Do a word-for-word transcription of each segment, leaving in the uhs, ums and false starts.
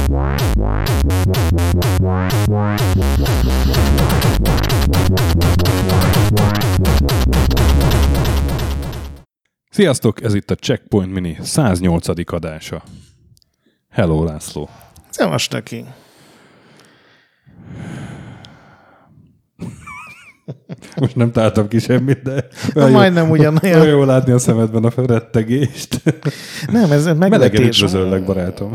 Sziasztok, ez itt a Checkpoint Mini száznyolcadik adása. Hello, László. Szevasz neki. Most nem találtam ki semmit, de olyan majdnem ugyanolyan. Olyan jól látni a szemedben a rettegést. Nem, ez meglepetés. Melegen üdvözöllek, barátom.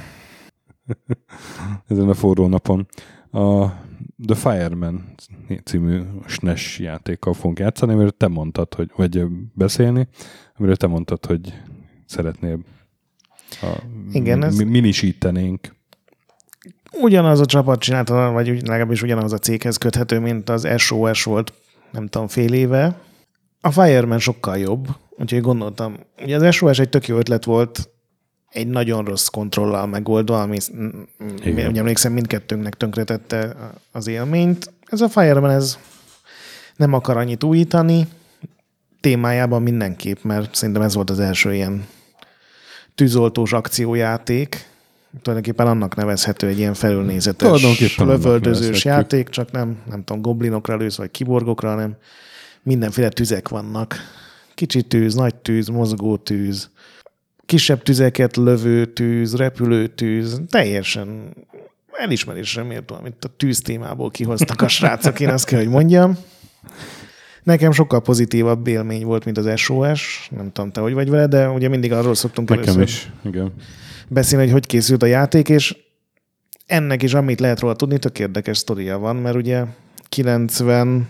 Ezen a forró napon. A The Fireman című es en e es játékkal fogunk játszani, amiről te mondtad, hogy, vagy beszélni, amiről te mondtad, hogy szeretnél a Igen, ez... minisítenénk. Ugyanaz a csapat csinálta, vagy legalábbis ugyanaz a céghez köthető, mint az es o es volt, nem tudom, fél éve. A Fireman sokkal jobb, úgyhogy gondoltam, ugye az es o es egy tök jó ötlet volt, egy nagyon rossz kontrollal megoldva, ami ugye emlékszem mindkettőnknek tönkretette az élményt. Ez a Fireman ez nem akar annyit újítani, témájában mindenképp, mert szerintem ez volt az első ilyen tűzoltós akciójáték. Tulajdonképpen annak nevezhető egy ilyen felülnézetes, lövöldözős játék, csak nem, nem tudom, goblinokra lősz, vagy kiborgokra, hanem mindenféle tüzek vannak. Kicsi tűz, nagy tűz, mozgó tűz, kisebb tüzeket lövő tűz, repülő tűz, teljesen elismerésre méltó, amit a tűz témából kihoztak a srácok, én azt kell, hogy mondjam. Nekem sokkal pozitívabb élmény volt, mint az es o es. Nem tudom, te hogy vagy vele, de ugye mindig arról szoktunk Nekem először is, igen. beszélni, hogy hogy készült a játék, és ennek is, amit lehet róla tudni, tök érdekes sztoria van, mert ugye kilencvenegyben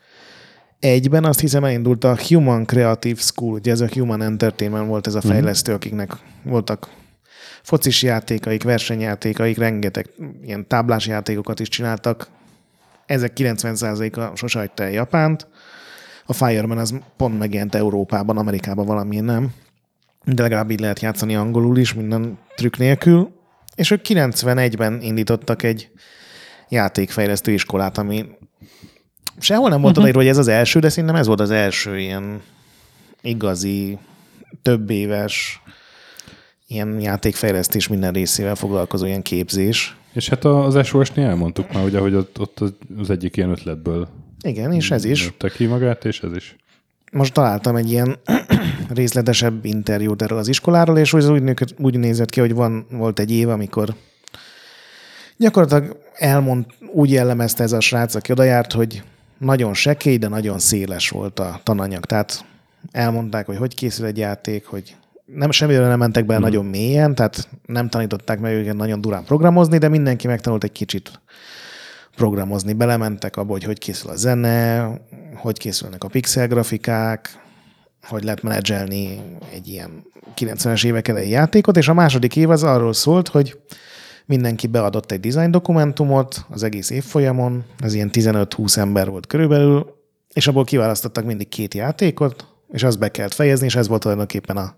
azt hiszem elindult a Human Creative School, ugye ez a Human Entertainment volt ez a fejlesztő, mm. akiknek voltak focis játékaik, versenyjátékaik, rengeteg ilyen táblás játékokat is csináltak. Ezek kilencven százaléka sose hagyta el Japánt. A Fireman az pont megjelent Európában, Amerikában valamilyen nem. De legalább így lehet játszani angolul is, minden trükk nélkül. És ők kilencvenegyben indítottak egy játékfejlesztő iskolát, ami sehol nem volt uh-huh. odaírva, hogy ez az első, de szerintem ez volt az első ilyen igazi, több éves ilyen játékfejlesztés minden részével foglalkozó ilyen képzés. És hát az es o es-nél elmondtuk már, ugye, hogy ott, ott az egyik ilyen ötletből igen, és ez is. Nőtte ki magát, és ez is. Most találtam egy ilyen részletesebb interjút erről az iskoláról, és úgy, úgy nézett ki, hogy van, volt egy év, amikor gyakorlatilag elmond, úgy jellemezte ez a srác, aki oda járt, hogy nagyon sekély, de nagyon széles volt a tananyag. Tehát elmondták, hogy hogy készül egy játék, hogy nem, semmire nem mentek bele hmm. nagyon mélyen, tehát nem tanították meg őket nagyon durán programozni, de mindenki megtanult egy kicsit programozni. Belementek abba, hogy hogy készül a zene, hogy készülnek a pixel grafikák, hogy lehet menedzselni egy ilyen kilencvenes évek elejé játékot, és a második év az arról szólt, hogy mindenki beadott egy design dokumentumot az egész évfolyamon, ez ilyen tizenöt-húsz ember volt körülbelül, és abból kiválasztottak mindig két játékot, és azt be kellett fejezni, és ez volt tulajdonképpen a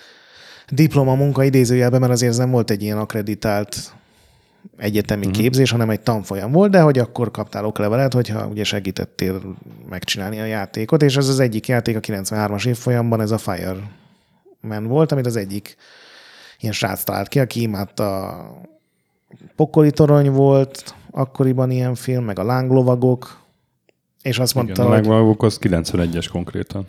diploma munka idézőjelben, mert azért nem volt egy ilyen akkreditált egyetemi uh-huh. képzés, hanem egy tanfolyam volt, de hogy akkor kaptál oklevelet, hogyha ugye segítettél megcsinálni a játékot, és ez az egyik játék a kilencvenhármas évfolyamban, ez a Fireman volt, amit az egyik ilyen srác talált ki, aki imádta a Pokoli torony volt, akkoriban ilyen film, meg a Lánglovagok, és azt mondta, igen, a Lánglovagok az kilencvenegyes konkrétan.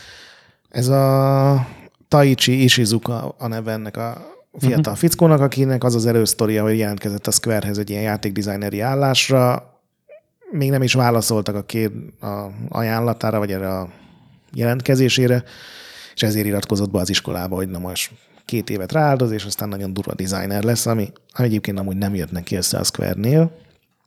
Ez a Taichi Ishizuka a neve ennek a fiatal uh-huh. fickónak, akinek az az elősztoria, hogy jelentkezett a Squarehez egy ilyen játékdesigneri állásra. Még nem is válaszoltak a kér a ajánlatára, vagy erre a jelentkezésére, és ezért iratkozott be az iskolába, hogy na most két évet rááldoz, és aztán nagyon durva designer lesz, ami, ami egyébként amúgy nem jött neki össze a Square-nél.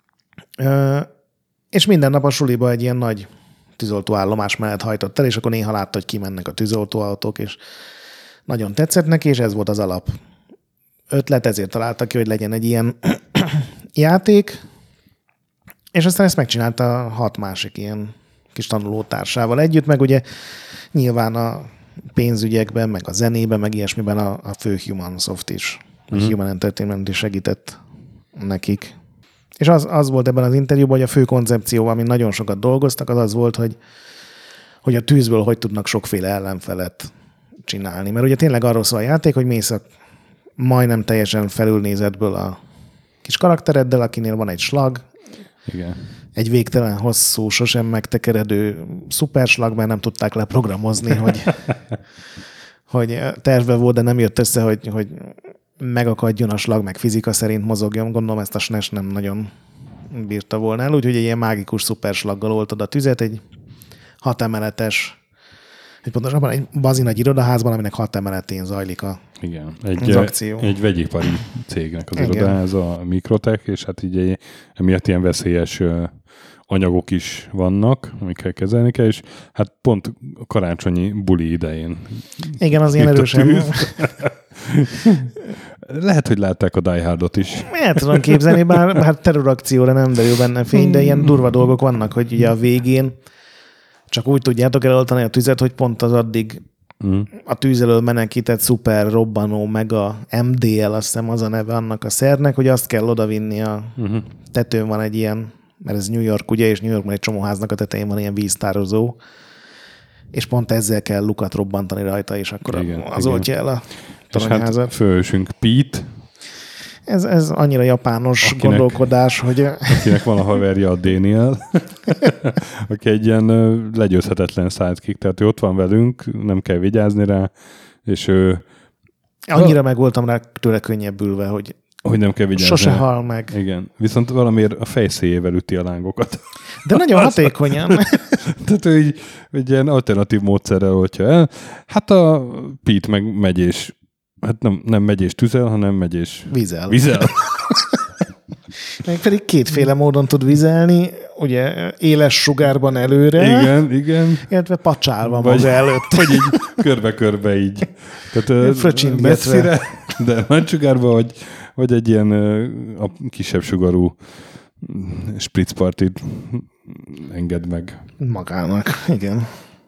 Ö, és minden nap a suliba egy ilyen nagy tűzoltóállomás mellett hajtott el, és akkor néha látta, hogy kimennek a tűzoltóautók, és nagyon tetszett neki, és ez volt az alap ötlet, ezért találta ki, hogy legyen egy ilyen játék, és aztán ezt megcsinálta hat másik ilyen kis tanulótársával együtt, meg ugye nyilván a pénzügyekben, meg a zenében, meg ilyesmiben a, a fő Human Soft is, mm-hmm. a Human Entertainment is segített nekik. És az, az volt ebben az interjúban, hogy a fő koncepció, amin nagyon sokat dolgoztak, az az volt, hogy, hogy a tűzből hogy tudnak sokféle ellenfelet csinálni. Mert ugye tényleg arról szól a játék, hogy mész a majdnem teljesen felülnézetből a kis karaktereddel, akinél van egy slag, Igen. egy végtelen hosszú, sosem megtekeredő szuperslag, mert nem tudták leprogramozni, hogy, hogy tervbe volt, de nem jött össze, hogy, hogy megakadjon a slag, meg fizika szerint mozogjon. Gondolom ezt a es en e es nem nagyon bírta volna el, úgyhogy egy ilyen mágikus szuperslaggal oltad a tüzet, egy hat emeletes, egy pontosabban egy bazi nagy irodaházban, aminek hat emeletén zajlik a, Igen. Egy, az akció. Egy vegyipari cégnek az irodaház, a Mikrotech, és hát így egy, emiatt ilyen veszélyes anyagok is vannak, amikkel kezelni kell, és hát pont a karácsonyi buli idején. Igen, az ilyen erősen. Lehet, hogy látták a Die Hardot is. El tudom képzelni, bár, bár terrorakcióra nem derül benne fény, de ilyen durva dolgok vannak, hogy ugye a végén csak úgy tudjátok eloltani a tüzet, hogy pont az addig mm. a tűz elől menekített szuper robbanó, meg a em dé el, azt hiszem az a neve annak a szernek, hogy azt kell odavinni a uh-huh. tetőn van egy ilyen, mert ez New York, ugye, és New Yorkban egy csomó háznak a tetején van ilyen víztározó, és pont ezzel kell lukat robbantani rajta, és akkor igen, az igen. oltja el a toronyházat. Hát főhősünk Pete. Ez, ez annyira japános akinek, gondolkodás, hogy... Akinek van a haverja a Daniel, aki egy ilyen legyőzhetetlen sidekick, tehát ő ott van velünk, nem kell vigyázni rá, és ő... Annyira meg voltam rá tőle könnyebbülve, hogy hogy nem kell vigyázni. Sose hal meg. Igen. Viszont valamiért a fejszéjével üti a lángokat. De nagyon hatékonyan. Tehát ő így egy ilyen alternatív módszerrel oltja el. Hát a Pete meg megy és hát nem, nem megy és tüzel, hanem megy és vizel. Vizel. Meg pedig kétféle módon tud vizelni, ugye éles sugárban előre. Igen, igen. Illetve pacsálva maga előtt. Vagy így körbe-körbe így. Tehát messzire, de nagy sugárban, vagy, vagy egy ilyen a kisebb sugarú spritzpartit enged meg. Magának, igen.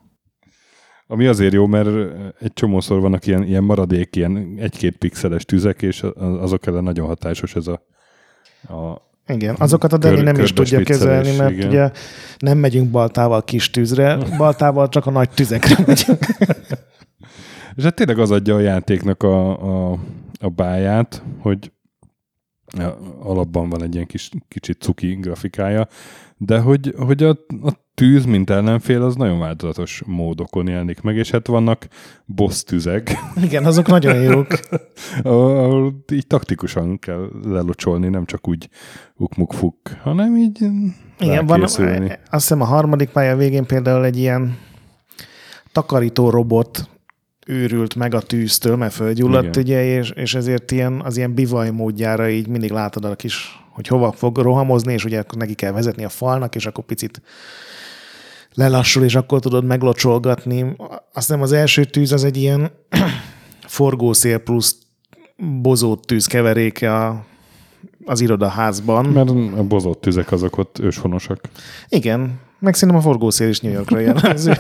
Ami azért jó, mert egy csomószor vannak ilyen, ilyen maradék, ilyen egy-két pixeles tüzek, és azok ellen nagyon hatásos ez a, a igen, azokat a Dani nem is tudja kezelni, mert igen. ugye nem megyünk baltával kis tűzre, baltával csak a nagy tüzekre megyünk. És hát tényleg az adja a játéknak a, a, a báját, hogy alapban van egy ilyen kis, kicsit cuki grafikája, de hogy, hogy a, a tűz, mint ellenfél, az nagyon változatos módokon jelenik meg, és hát vannak boss tüzek. Igen, azok nagyon jók. Ahol így taktikusan kell lelocsolni, nem csak úgy ukmuk-fuk, hanem így igen, van, azt hiszem a harmadik pálya végén például egy ilyen takarító robot őrült meg a tűztől, mert fölgyulladt, ugye, és, és ezért ilyen, az ilyen bivaj módjára így mindig látod a kis, hogy hova fog rohamozni, és ugye akkor neki kell vezetni a falnak, és akkor picit lelassul, és akkor tudod meglocsolgatni. Azt hiszem az első tűz az egy ilyen forgószél plusz bozott tűz keveréke a, az irodaházban. Mert a bozott tüzek azok ott őshonosak. Igen, meg szerintem a forgószél is New Yorkra jellemző.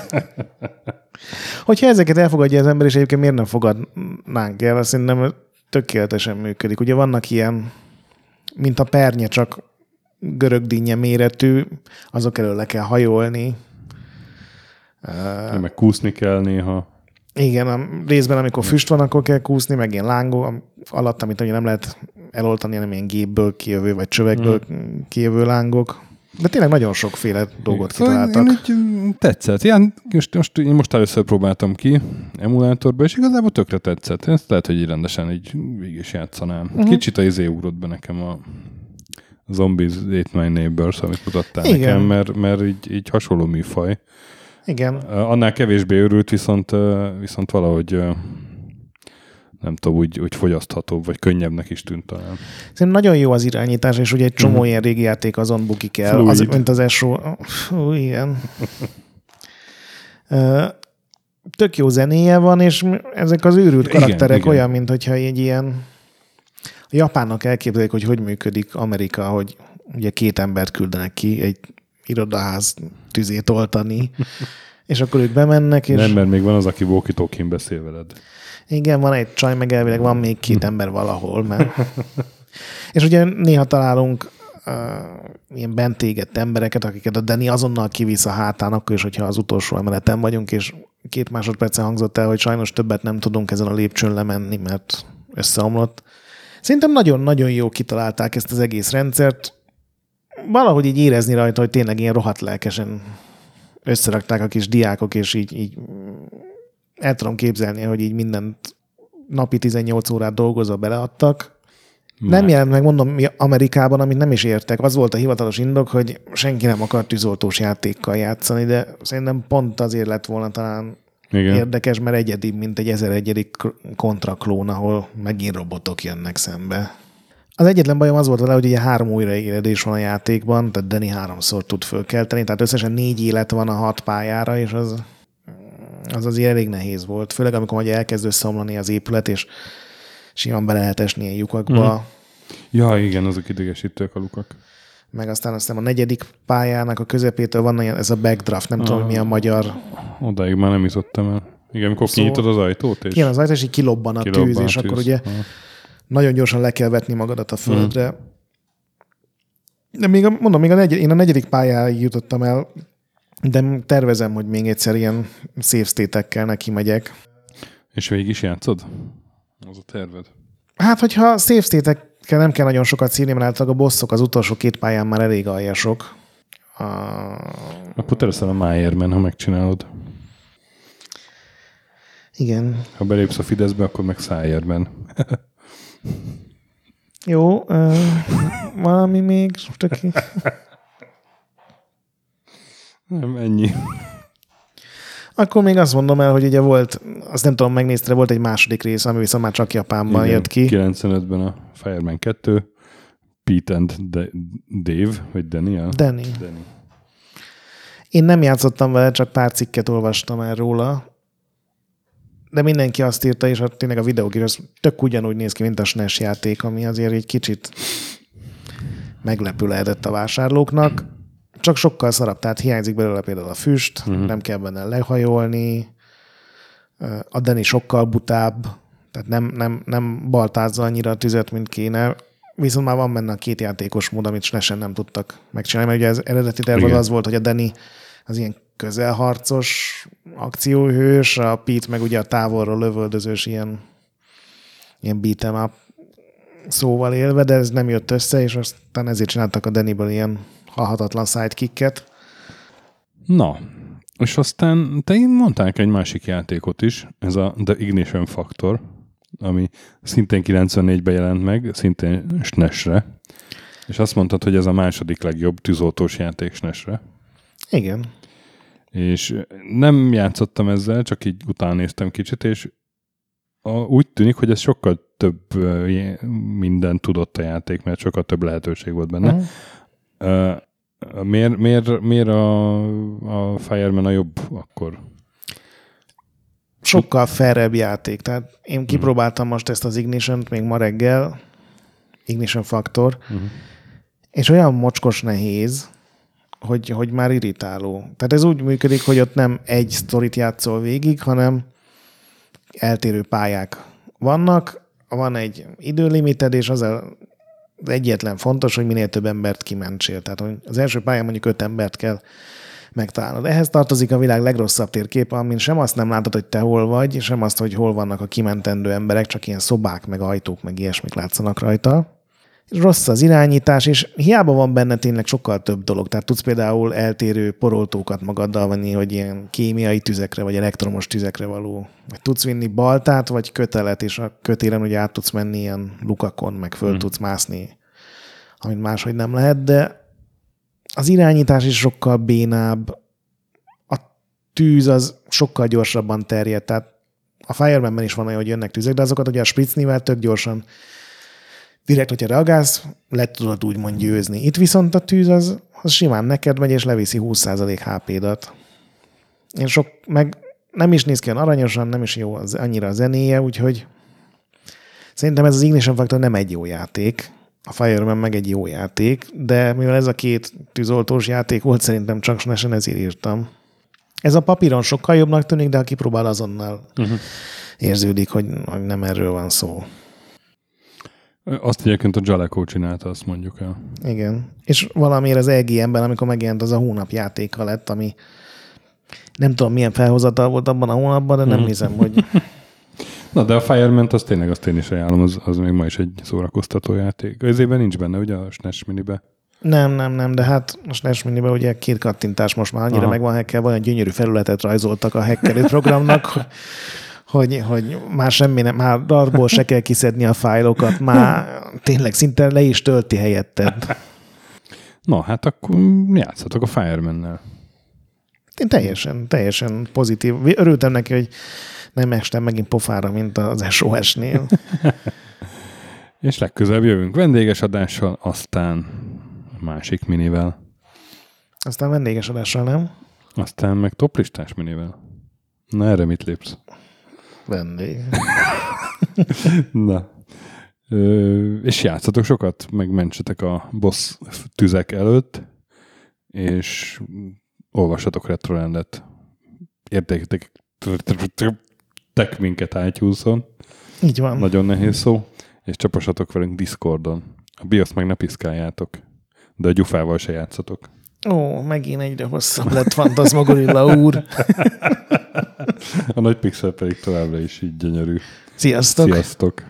Hogyha ezeket elfogadja az ember, és egyébként miért nem fogadnánk el, azt szerintem tökéletesen működik. Ugye vannak ilyen, mint a pernye, csak görögdinnye méretű, azok elől le kell hajolni. Meg kúszni kell néha. Igen, a részben, amikor füst van, akkor kell kúszni, meg ilyen lángok alatt, amit ugye nem lehet eloltani, hanem ilyen gépből kijövő, vagy csövekből mm. kijövő lángok. De tényleg nagyon sokféle dolgot szóval kitaláltak. Én úgy tetszett. Ilyen, most, most, én most először próbáltam ki emulátorba, és igazából tökre tetszett. Ezt lehet, hogy így rendesen így végig is játszanám. Uh-huh. Kicsit a izé ugrott be nekem a Zombies Ate My Neighbors, amit mutattál igen. nekem, mert, mert így, így hasonló műfaj. Igen. Annál kevésbé örült, viszont, viszont valahogy nem tudom, úgy, úgy fogyaszthatóbb, vagy könnyebbnek is tűnt talán. Szerintem nagyon jó az irányítás, és ugye egy csomó mm. ilyen régi játék azon bukik el, az, mint az es o. Fú, igen. Tök jó zenéje van, és ezek az őrült karakterek igen, olyan, igen. mint hogyha egy ilyen a Japánnak elképzelik, hogy hogy működik Amerika, hogy ugye két embert küldenek ki egy irodaház tüzét oltani, és akkor ők bemennek, és... Nem, mert még van az, aki walkie-talkie-n beszél veled. Igen, van egy csaj, meg elvileg van még két ember valahol, mert... És ugye néha találunk uh, ilyen bent égett embereket, akiket a Dani azonnal kivisz a hátán, akkor is, hogyha az utolsó emeleten vagyunk, és két másodpercen hangzott el, hogy sajnos többet nem tudunk ezen a lépcsőn lemenni, mert összeomlott. Szerintem nagyon-nagyon jó kitalálták ezt az egész rendszert. Valahogy így érezni rajta, hogy tényleg ilyen rohadt lelkesen összerakták a kis diákok, és így, így el tudom képzelni, hogy így mindent napi tizennyolc órát dolgozva beleadtak. Már. Nem jelent meg, mondom, Amerikában, amit nem is értek. Az volt a hivatalos indok, hogy senki nem akar tűzoltós játékkal játszani, de szerintem pont azért lett volna talán igen. érdekes, mert egyedi, mint egy ezeregyedik kontraklón, ahol megint robotok jönnek szembe. Az egyetlen bajom az volt vele, hogy ugye három újraéledés van a játékban, tehát Danny háromszor tud fölkelteni, tehát összesen négy élet van a hat pályára, és az, az azért elég nehéz volt. Főleg amikor majd elkezd összeomlani az épület, és simán be lehet esni a lyukakba. Mm. Ja, igen, azok idegesítők a lukak. Meg aztán aztán a negyedik pályának a közepétől van ez a backdraft, nem a, tudom, mi a magyar... Odáig már nem jutottam el. Igen, amikor szóval kinyitod az ajtót, és... Igen, az ajtó, és így kilobban a kilobban tűz, a és tűz. Akkor ugye ha. nagyon gyorsan le kell vetni magadat a földre. Mm. De még a, mondom, még a negy, én a negyedik pályáig jutottam el, de tervezem, hogy még egyszer ilyen save state-ekkel neki megyek. És végig is játszod? Az a terved? Hát, hogyha save state-ekkel nem kell nagyon sokat szívni, mert általában a bosszok az utolsó két pályán már elég aljasok. A... Akkor te leszel a Májerben, ha megcsinálod. Igen. Ha belépsz a Fideszbe, akkor meg Szájerben. Jó, uh, valami még? Töki. Nem, ennyi. Akkor még azt mondom el, hogy ugye volt, azt nem tudom, megnézte, volt egy második rész, ami viszont már csak Japánban igen, jött ki. kilencvenötben a Fireman kettő, Pete and De- Dave, vagy Danny? A? Danny. Danny. Én nem játszottam vele, csak pár cikket olvastam el róla, de mindenki azt írta, és hát tényleg a videók is tök ugyanúgy néz ki, mint a es en e es játék, ami azért egy kicsit meglepő lehetett a vásárlóknak. Csak sokkal szarabb, tehát hiányzik belőle például a füst, uh-huh. nem kell benne lehajolni, a Danny sokkal butább, tehát nem, nem, nem baltázza annyira a tüzet, mint kéne, viszont már van benne a két játékos mód, amit es en e esen nem tudtak megcsinálni, mert ugye az eredeti terv az volt, hogy a Danny az ilyen közelharcos akcióhős, a Pete meg ugye a távolról lövöldözős ilyen, ilyen beat'em up szóval élve, de ez nem jött össze, és aztán ezért csináltak a Dannyből ilyen halhatatlan sidekicket. Na, és aztán te mondták egy másik játékot is, ez a The Ignition Factor, ami szintén kilencvennégyben jelent meg, szintén es en e esre, és azt mondtad, hogy ez a második legjobb tűzoltós játék es en e esre. Igen. És nem játszottam ezzel, csak így utána néztem kicsit, és a, úgy tűnik, hogy ez sokkal több uh, minden tudott a játék, mert sokkal több lehetőség volt benne. Uh-huh. Uh, miért, miért, miért a, a Fireman a jobb akkor? Sokkal fairebb játék. Tehát én kipróbáltam most ezt az Ignition-t még ma reggel, Ignition Factor, uh-huh. és olyan mocskos nehéz, hogy, hogy már irritáló. Tehát ez úgy működik, hogy ott nem egy sztorit játszol végig, hanem eltérő pályák vannak, van egy időlimited, és az a egyetlen fontos, hogy minél több embert kimentsél. Tehát hogy az első pályán mondjuk öt embert kell megtalálnod. Ehhez tartozik a világ legrosszabb térképe, amin sem azt nem látod, hogy te hol vagy, sem azt, hogy hol vannak a kimentendő emberek, csak ilyen szobák, meg ajtók, meg ilyesmik látszanak rajta. Rossz az irányítás, és hiába van benne tényleg sokkal több dolog. Tehát tudsz például eltérő poroltókat magaddal venni, hogy ilyen kémiai tüzekre, vagy elektromos tüzekre való. Vagy tudsz vinni baltát, vagy kötelet, és a kötélen ugye át tudsz menni ilyen lukakon, meg föl hmm. tudsz mászni, amit máshogy nem lehet, de az irányítás is sokkal bénább. A tűz az sokkal gyorsabban terjed. Tehát a Firemanben is van olyan, hogy jönnek tüzek, de azokat ugye a spritznivel tök gyorsan direkt, hogyha reagálsz, le tudod úgymond győzni. Itt viszont a tűz az, az simán neked megy, és leviszi húsz százalék há pé-dat. Én sok, meg nem is néz ki olyan aranyosan, nem is jó az, annyira a zenéje, úgyhogy szerintem ez az Ignition Factor nem egy jó játék. A Fireman meg egy jó játék, de mivel ez a két tűzoltós játék volt, szerintem csak es en e-sen ezért írtam. Ez a papíron sokkal jobbnak tűnik, de ha kipróbál, azonnal uh-huh. érződik, hogy, hogy nem erről van szó. Azt egyébként a Jaleco csinálta, azt mondjuk el. Igen. És valamiért az é gé em-ben, amikor megjelent, az a hónap játéka lett, ami nem tudom, milyen felhozatal volt abban a hónapban, de nem hiszem, hogy... Na, de a Fireman-t azt tényleg azt én is ajánlom, az, az még ma is egy szórakoztató játék. Ezében nincs benne, ugye, a es en e es Minibe? Nem, nem, nem, de hát a es en e es Minibe ugye két kattintás most már annyira Aha. meg van hackelve, olyan gyönyörű felületet rajzoltak a hackerő programnak, hogy, hogy már semmi nem, már darból se kell kiszedni a fájlokat, már tényleg szinte le is tölti helyetted. Na, hát akkor játszatok a Fireman-nel. Én teljesen, teljesen pozitív. Örültem neki, hogy nem estem megint pofára, mint az es o es-nél. És legközelebb jövünk vendéges adással, aztán másik minivel. Aztán vendéges adással, nem? Aztán meg toplistás minivel. Na, erre mit lépsz? Vendég. Na. Ö, és játszatok sokat, meg mentsetek a boss tüzek előtt, és olvassatok Retrolandet. Értéketek tek minket iTunes-on. Így van. Nagyon nehéz szó. És csapassatok velünk Discordon. A BIOS meg ne piszkáljátok, de a gyufával se játszatok. Ó, megint egyre hosszabb lett Fantasmagorilla úr. A nagy pixel pedig továbbra is így gyönyörű. Sziasztok! Sziasztok!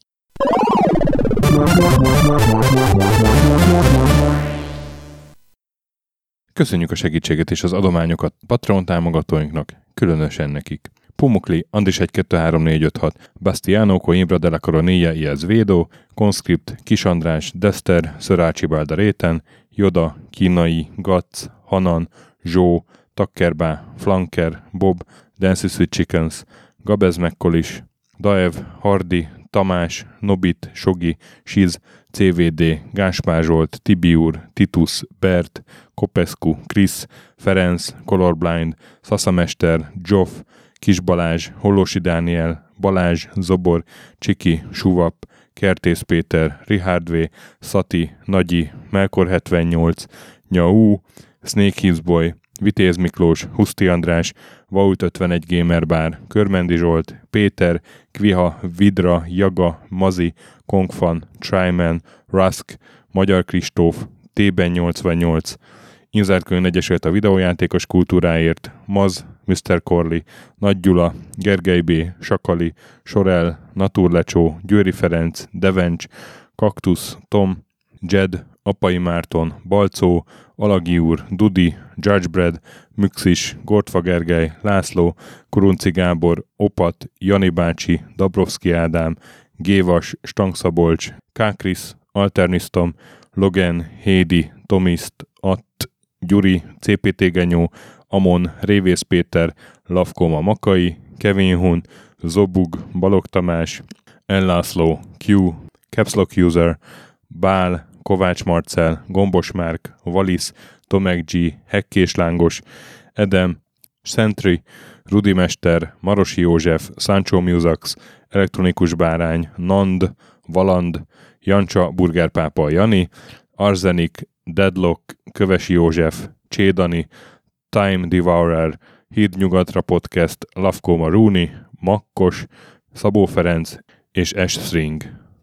Köszönjük a segítséget és az adományokat Patreon támogatóinknak, különösen nekik. Pumukli, Andis egy kettő három négy öt hat, Bastiano, Coimbra de la Coronilla y Ezvedo, Conscript, Kis András, Dester, Szörácsi Bálda Réten, Joda, Kínai, Gatz, Hanan, Zsó, Takkerbá, Flanker, Bob, Dancy Sweet Chickens, Gabez Mekkolis, Daev, Hardi, Tamás, Nobit, Sogi, Siz, cé vé dé, Gáspár Zsolt, Tibiur, Titus, Bert, Kopescu, Krisz, Ferenc, Colorblind, Szaszamester, Zsoff, Kis Balázs, Hollósi Dániel, Balázs, Zobor, Csiki, Suvap, Kertész Péter, Richard V, Szati, Nagyi, Melkor hetvennyolc, Nyau, Snake Hills Boy, Vitéz Miklós, Huszti András, Vaut ötvenegy Gamer Bar, Körmendi Zsolt, Péter, Kviha, Vidra, Jaga, Mazi, Kongfan, Tryman, Rusk, Magyar Kristóf, T-ben nyolcvannyolc, Inzárkönyv Egyesület a videójátékos kultúráért, Maz, miszter Corley, Nagy Gyula, Gergely B., Sakali, Sorel, Naturlecsó, Győri Ferenc, Devencs, Kaktusz, Tom, Jed, Apai Márton, Balcó, Alagi úr, Dudi, Judgebred, Müxis, Gortfa Gergely, László, Kurunci Gábor, Opat, Jani bácsi, Dabrowski Ádám, Gévas, Stangszabolcs, Kákris, Alternisztom, Logan, Hédi, Tomiszt, Att, Gyuri, cé pé té Genyó, Amon, Révész Péter, Lavkoma Makai, Kevin Hun, Zobug, Balog Tamás, Ellászló, Q, Capslock User, Bál, Kovács Marcel, Gombos Márk, Valisz, Tomek G, Hekkés Lángos, Edem, Sentry, Rudimester, Marosi József, Sancho Musax, Elektronikus Bárány, Nand, Valand, Jancsa, Burgerpápa Jani, Arzenik, Deadlock, Kövesi József, Csédani, Time Devourer, Híd Nyugatra Podcast, Lavkoma Rúni, Makkos, Szabó Ferenc és S-String.